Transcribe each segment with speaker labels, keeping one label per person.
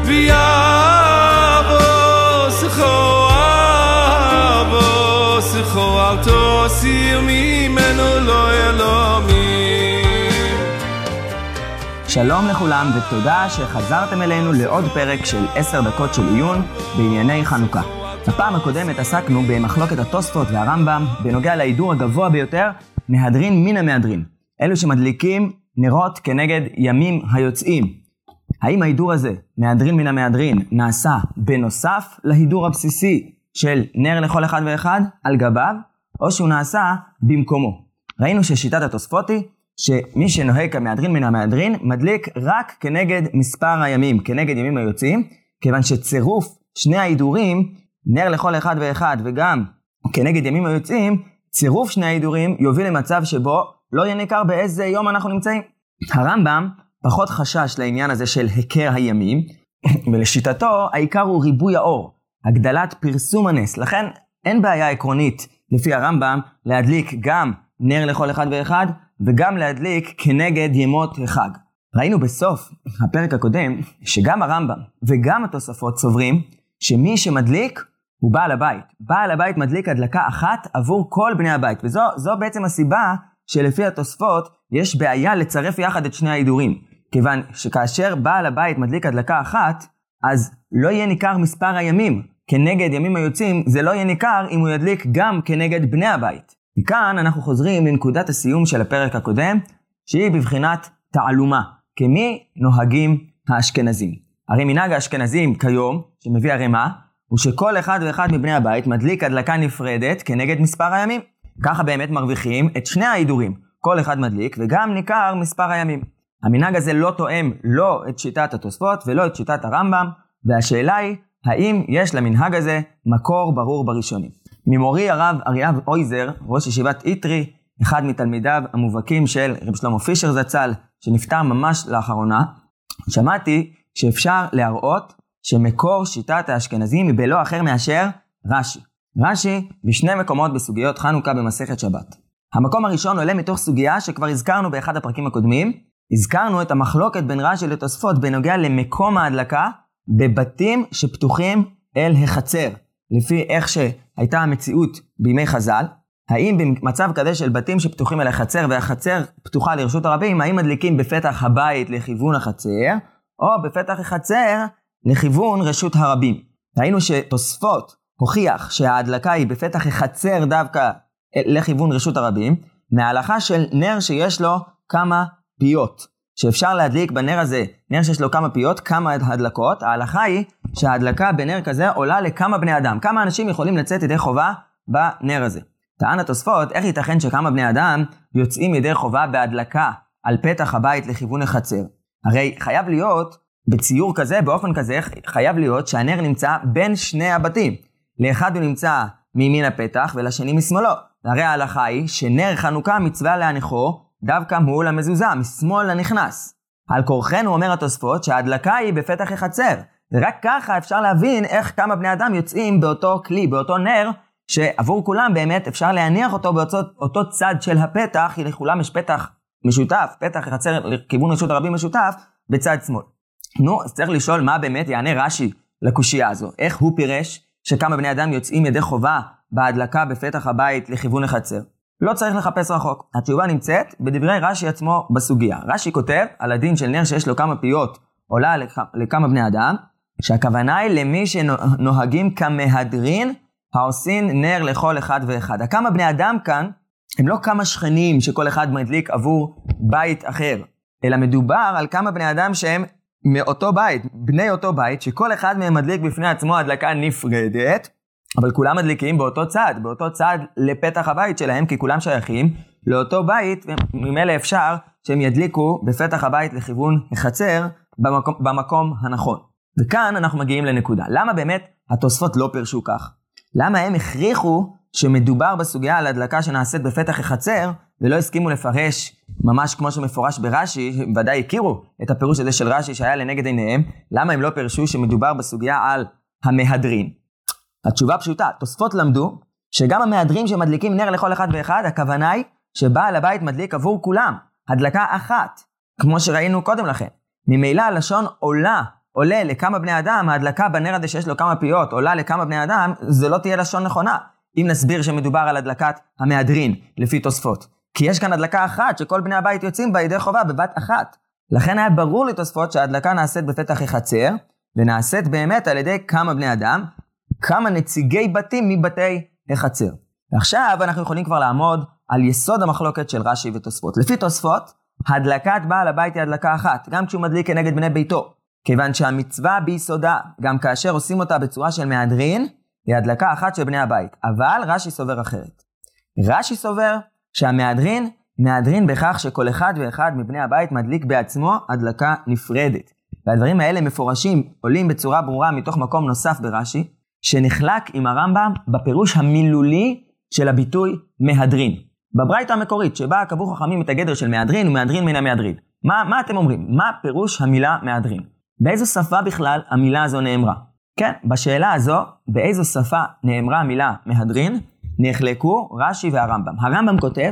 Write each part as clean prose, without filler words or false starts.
Speaker 1: אל תסיר ממנו לא אלוהים.
Speaker 2: שלום לכולם ותודה שחזרתם אלינו לעוד פרק של 10 דקות של עיון בענייני חנוכה. בפעם הקודמת עסקנו במחלוקת התוספות והרמב"ם בנוגע להידור הגבוה ביותר, מהדרין מן המהדרין, אלו שמדליקים נרות כנגד ימים היוצאים. האם ההידור הזה, מהדרין מן המהדרין, נעשה בנוסף להידור הבסיסי של נר לכל אחד ואחד על גביו, או שהוא נעשה במקומו? ראינו ששיטת התוספות היא שמי שנוהג כמהדרין מן המהדרין מדליק רק כנגד מספר הימים, כנגד ימים היוצאים, כיוון שצירוף שני ההידורים, נר לכל אחד ואחד וגם כנגד ימים היוצאים, צירוף שני ההידורים יוביל למצב שבו לא יהיה ניכר באיזה יום אנחנו נמצאים. הרמב"ם פחות חשש לעניין הזה של הכר הימים, ולשיטתו העיקר הוא ריבוי האור, הגדלת פרסום הנס. לכן אין בעיה עקרונית לפי הרמב"ם להדליק גם נר לכל אחד ואחד וגם להדליק כנגד ימות החג. ראינו בסוף הפרק הקודם שגם הרמב"ם וגם התוספות סוברים שמי שמדליק הוא בעל הבית. בעל הבית מדליק הדלקה אחת עבור כל בני הבית, וזו בעצם הסיבה שלפי התוספות יש בעיה לצרף יחד את שני ההידורים, כיוון שכאשר בעל הבית מדליק הדלקה אחת, אז לא יהיה ניכר מספר הימים כנגד ימים היוצאים, זה לא יהיה ניכר אם הוא ידליק גם כנגד בני הבית. וכאן אנחנו חוזרים לנקודת הסיום של הפרק הקודם, שהיא בבחינת תעלומה, כמי נוהגים האשכנזים. הרי מנהג האשכנזים כיום, שמביא הרמ"א, הוא שכל אחד ואחד מבני הבית מדליק הדלקה נפרדת כנגד מספר הימים. ככה באמת מרוויחים את שני ההידורים, כל אחד מדליק וגם ניכר מספר הימים. המנהג הזה לא תואם לא את שיטת התוספות ולא את שיטת הרמב"ם, והשאלה היא האם יש למנהג הזה מקור ברור בראשונים. ממורי הרב אריאב אויזר, ראש ישיבת איתרי, אחד מתלמידיו המובהקים של רב שלמה פישר זצ"ל, שנפטר ממש לאחרונה, שמעתי שאפשר להראות שמקור שיטת האשכנזים היא בלא אחר מאשר רש"י. רש"י בשני מקומות בסוגיות חנוכה במסכת שבת. המקום הראשון עולה מתוך סוגיה שכבר הזכרנו באחד הפרקים הקודמים. הזכרנו את המחלוקת בין רש"י לתוספות בנוגע למקום ההדלקה בבתים שפתוחים אל החצר, לפי איך שהייתה המציאות בימי חז"ל. האם במצב כזה של בתים שפתוחים אל החצר והחצר פתוחה לרשות הרבים, האם מדליקים בפתח הבית לכיוון החצר או בפתח החצר לכיוון רשות הרבים? ראינו שתוספות הוכיח שההדלקה היא בפתח החצר דווקא לכיוון רשות הרבים, מההלכה של נר שיש לו כמה פיות, שאפשר להדליק בנר הזה, נר שיש לו כמה פיות, כמה הדלקות. ההלכה היא שההדלקה בנר כזה עולה לכמה בני אדם, כמה אנשים יכולים לצאת ידי חובה בנר הזה. טען התוספות, איך ייתכן שכמה בני אדם יוצאים ידי חובה בהדלקה על פתח הבית לכיוון החצר? הרי חייב להיות בציור כזה, באופן כזה, חייב להיות שהנר נמצא בין שני הבתים. לאחד הוא נמצא מימין הפתח ולשני משמאלו. הרי ההלכה היא שנר חנוכה מצווה להניחו דווקא מול המזוזה, משמאל לנכנס. על כורחנו אומר התוספות שההדלקה היא בפתח החצר. ורק ככה אפשר להבין איך כמה בני אדם יוצאים באותו כלי, באותו נר, שעבור כולם באמת אפשר להניח אותו באותו צד של הפתח, כי לכולם יש פתח משותף, פתח החצר לכיוון רשות הרבים משותף, בצד שמאל. אז צריך לשאול מה באמת יענה רש"י לקושייה הזו. איך הוא פירש שכמה בני אדם יוצאים ידי חובה בהדלקה בפתח הבית לכיוון החצר? לא צריך לחפש רחוק. התשובה נמצאת בדברי רש"י עצמו בסוגיה. רש"י כותב על הדין של נר שיש לו כמה פיות עולה לכמה בני אדם, שהכוונה היא למי שנוהגים כמהדרין העושים נר לכל אחד ואחד. הכמה בני אדם כאן הם לא כמה שכנים שכל אחד מדליק עבור בית אחר, אלא מדובר על כמה בני אדם שהם מאותו בית, בני אותו בית, שכל אחד מהם מדליק בפני עצמו הדלקה נפרדת, אבל כולם מדליקים באותו צד לפתח הבית שלהם, כי כולם שייכים לאותו בית, וממילא אפשר שהם ידליקו בפתח הבית לכיוון החצר במקום הנכון. וכאן אנחנו מגיעים לנקודה. למה באמת התוספות לא פירשו כך? למה הם הכריחו שמדובר בסוגיה על הדלקה שנעשית בפתח החצר, ולא הסכימו לפרש ממש כמו שמפורש ברש"י, ודאי הכירו את הפירוש הזה של רש"י שהיה לנגד עיניהם? למה הם לא פירשו שמדובר בסוגיה על המהדרין? התשובה פשוטה, תוספות למדו שגם המהדרים שמדליקים נר לכל אחד ואחד, הכוונה היא שבעל הבית מדליק עבור כולם הדלקה אחת, כמו שראינו קודם לכן. ממילא הלשון עולה עולה לכמה בני אדם, ההדלקה בנר הזה שיש לו כמה פיות עולה לכמה בני אדם, זה לא תהיה לשון נכונה. אם נסביר שמדובר על הדלקת המהדרין לפי תוספות. כי יש כאן הדלקה אחת שכל בני הבית יוצאים בה ידי חובה בבת אחת. לכן היה ברור לתוספות שההדלקה נעשית בפתח החצר, ונעשית באמת על ידי כמה בני אדם, כמה נציגי בתים מבתי החצר. ועכשיו אנחנו יכולים כבר לעמוד על יסוד המחלוקת של רש"י ותוספות. לפי תוספות, הדלקת בעל הבית היא הדלקה אחת, גם כשהוא מדליק כנגד בני ביתו. כיוון שהמצווה ביסודה, גם כאשר עושים אותה בצורה של מהדרין, היא הדלקה אחת של בני הבית. אבל רש"י סובר אחרת. רש"י סובר שהמהדרין, מהדרין בכך שכל אחד ואחד מבני הבית מדליק בעצמו הדלקה נפרדת. והדברים האלה מפורשים, עולים בצורה ברורה מתוך מקום נוסף ברש"י, שנחלק עם הרמב"ם בפירוש המילולי של הביטוי מהדרין. בברייתא המקורית שבה קבעו חכמים את הגדר של מהדרין ומהדרין מן המהדרין. מה אתם אומרים? מה פירוש המילה מהדרין? באיזו שפה בכלל המילה הזו נאמרה? כן, בשאלה הזו, באיזו שפה נאמרה המילה מהדרין, נחלקו רש"י והרמב"ם. הרמב"ם כותב,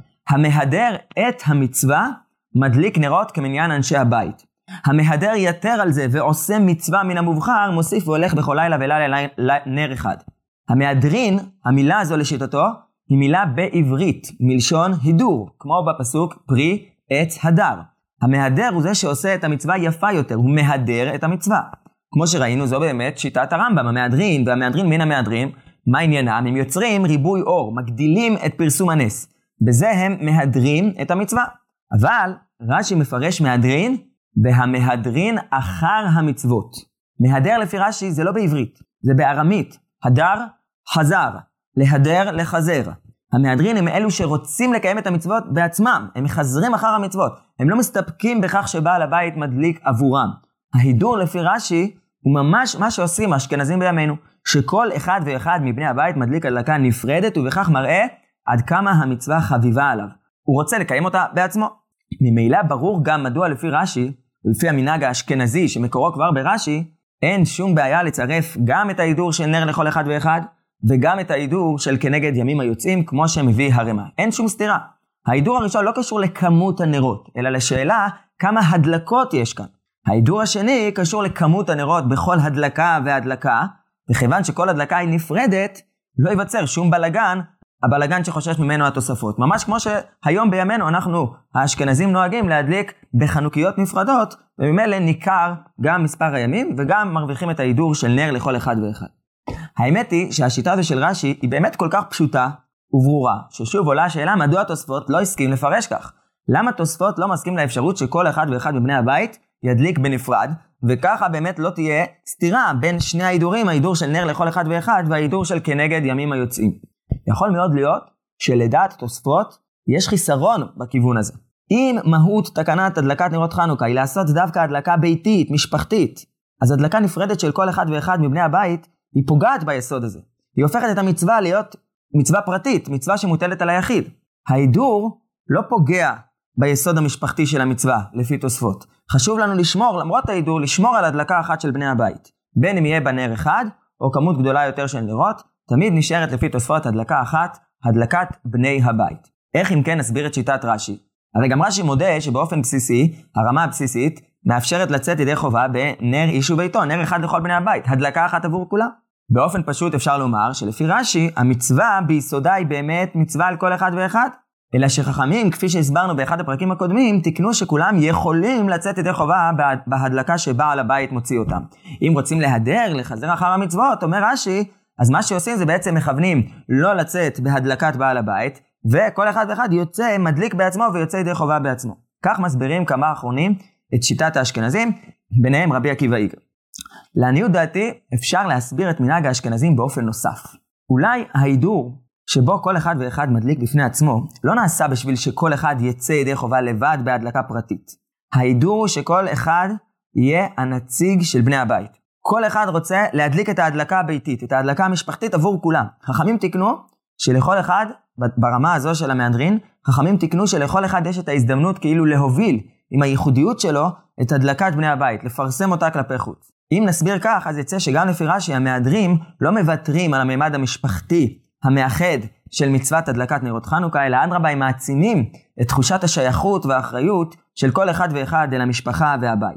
Speaker 2: המהדר את המצווה מדליק נרות כמניין אנשי הבית. המהדר יתר על זה ועושה מצווה מן המובחר, מוסיף והולך בכל לילה ולילה נר אחד. המהדרין, המילה הזו לשיטתו, היא מילה בעברית, מלשון הידור, כמו בפסוק פרי עץ הדר. המהדר הוא זה שעושה את המצווה יפה יותר, הוא מהדר את המצווה. כמו שראינו, זו באמת שיטת הרמב"ם, המהדרין והמהדרין מן המהדרים, מה עניינם? הם יוצרים ריבוי אור, מגדילים את פרסום הנס. בזה הם מהדרים את המצווה. אבל רש"י מפרש מהדרין, והמהדרין אחר המצוות. מהדר לפי רש"י זה לא בעברית, זה בארמית. הדר, חזר. להדר, לחזר. המהדרין הם אלו שרוצים לקיים את המצוות בעצמם. הם מחזרים אחר המצוות. הם לא מסתפקים בכך שבעל הבית מדליק עבורם. ההידור לפי רש"י הוא ממש מה שעושים האשכנזים בימינו. שכל אחד ואחד מבני הבית מדליק הדלקה נפרדת, ובכך מראה עד כמה המצווה חביבה עליו. הוא רוצה לקיים אותה בעצמו. ממילא ברור גם מדוע לפי רש"י, ולפי המנהג האשכנזי שמקורו כבר ברש"י, אין שום בעיה לצרף גם את ההידור של נר לכל אחד ואחד, וגם את ההידור של כנגד ימים היוצאים, כמו שמביא הרמ"א. אין שום סתירה. ההידור הראשון לא קשור לכמות הנרות, אלא לשאלה כמה הדלקות יש כאן. ההידור השני קשור לכמות הנרות בכל הדלקה והדלקה, וכיוון שכל הדלקה היא נפרדת, לא ייווצר שום בלגן, הבלגן שחושש ממנו התוספות. ממש כמו שהיום בימינו אנחנו, האשכנזים נוהגים להדליק בחנוכיות נפרדות, וממילא ניכר גם מספר הימים, וגם מרוויחים את ההידור של נר לכל אחד ואחד. האמת היא שהשיטה הזו של רש"י היא באמת כל כך פשוטה וברורה, ששוב עולה השאלה מדוע תוספות לא הסכים לפרש כך. למה תוספות לא מסכים לאפשרות שכל אחד ואחד מבני הבית ידליק בנפרד, וככה באמת לא תהיה סתירה בין שני ההידורים, ההידור של נר לכל אחד ואחד, וההידור של כנגד ימים היוצאים. יכול מאוד להיות שלדעת תוספות יש חיסרון בכיוון הזה. אם מהות תקנת הדלקת נרות חנוכה היא לעשות דווקא הדלקה ביתית, משפחתית, אז הדלקה נפרדת של כל אחד ואחד מבני הבית היא פוגעת ביסוד הזה. היא הופכת את המצווה להיות מצווה פרטית, מצווה שמוטלת על היחיד. ההידור לא פוגע ביסוד המשפחתי של המצווה, לפי תוספות. חשוב לנו לשמור, למרות ההידור, לשמור על הדלקה אחת של בני הבית. בין אם יהיה בנר אחד, או כמות גדולה יותר של נרות, תמיד נשארת לפי תוספות הדלקה אחת, הדלקת בני הבית. איך אם כן נסביר את שיטת רש"י? הרי גם רש"י מודה שבאופן בסיסי, הרמה הבסיסית, מאפשרת לצאת ידי חובה בנר איש וביתו, נר אחד לכל בני הבית, הדלקה אחת עבור כולם. באופן פשוט אפשר לומר שלפי רש"י, המצווה ביסודה היא באמת מצווה על כל אחד ואחד, אלא שחכמים, כפי שהסברנו באחד הפרקים הקודמים, תקנו שכולם יכולים לצאת ידי חובה בהדלקה שבעל הבית מוציא אותם. אם רוצים להדר, לחזר אחר המצוות, אומר רש"י, אז מה שעושים זה בעצם מכוונים לא לצאת בהדלקת בעל הבית, וכל אחד ואחד יוצא, מדליק בעצמו ויוצא ידי חובה בעצמו. כך מסבירים כמה אחרונים את שיטת האשכנזים, ביניהם רבי עקיבא איגר. לעניות דעתי אפשר להסביר את מנהג האשכנזים באופן נוסף. אולי ההידור שבו כל אחד ואחד מדליק בפני עצמו, לא נעשה בשביל שכל אחד יצא ידי חובה לבד בהדלקה פרטית. ההידור הוא שכל אחד יהיה הנציג של בני הבית. כל אחד רוצה להדליק את ההדלקה הביתית, את ההדלקה המשפחתית עבור כולם. חכמים תקנו שלכל אחד, ברמה הזו של המהדרין, חכמים תקנו שלכל אחד יש את ההזדמנות כאילו להוביל עם הייחודיות שלו את הדלקת בני הבית, לפרסם אותה כלפי חוץ. אם נסביר כך, אז יצא שגם לפי רש"י המהדרים לא מוותרים על הממד המשפחתי המאחד של מצוות הדלקת נרות חנוכה, אלא אדרבה הם מעצימים את תחושת השייכות והאחריות של כל אחד ואחד אל המשפחה והבית.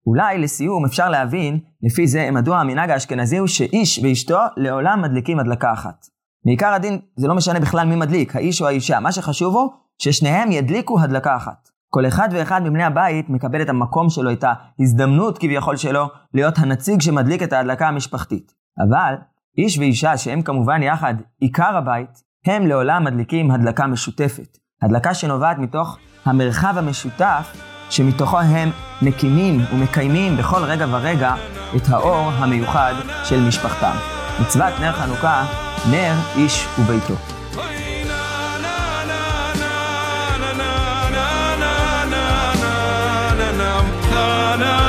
Speaker 2: אולי לסיום אפשר להבין, לפי זה מדוע המנהג האשכנזי הוא שאיש ואשתו לעולם מדליקים הדלקה אחת. מעיקר הדין זה לא משנה בכלל מי מדליק, האיש או האישה, מה שחשוב הוא ששניהם ידליקו הדלקה אחת. כל אחד ואחד מבני הבית מקבל את המקום שלו, את ההזדמנות כביכול שלו, להיות הנציג שמדליק את ההדלקה המשפחתית. אבל איש ואישה שהם כמובן יחד עיקר הבית, הם לעולם מדליקים הדלקה משותפת. הדלקה שנובעת מתוך המרחב המשותף, שמתוכו הם מקימים ומקיימים בכל רגע ורגע את האור המיוחד של משפחתם. מצוות נר חנוכה, נר איש וביתו.
Speaker 1: na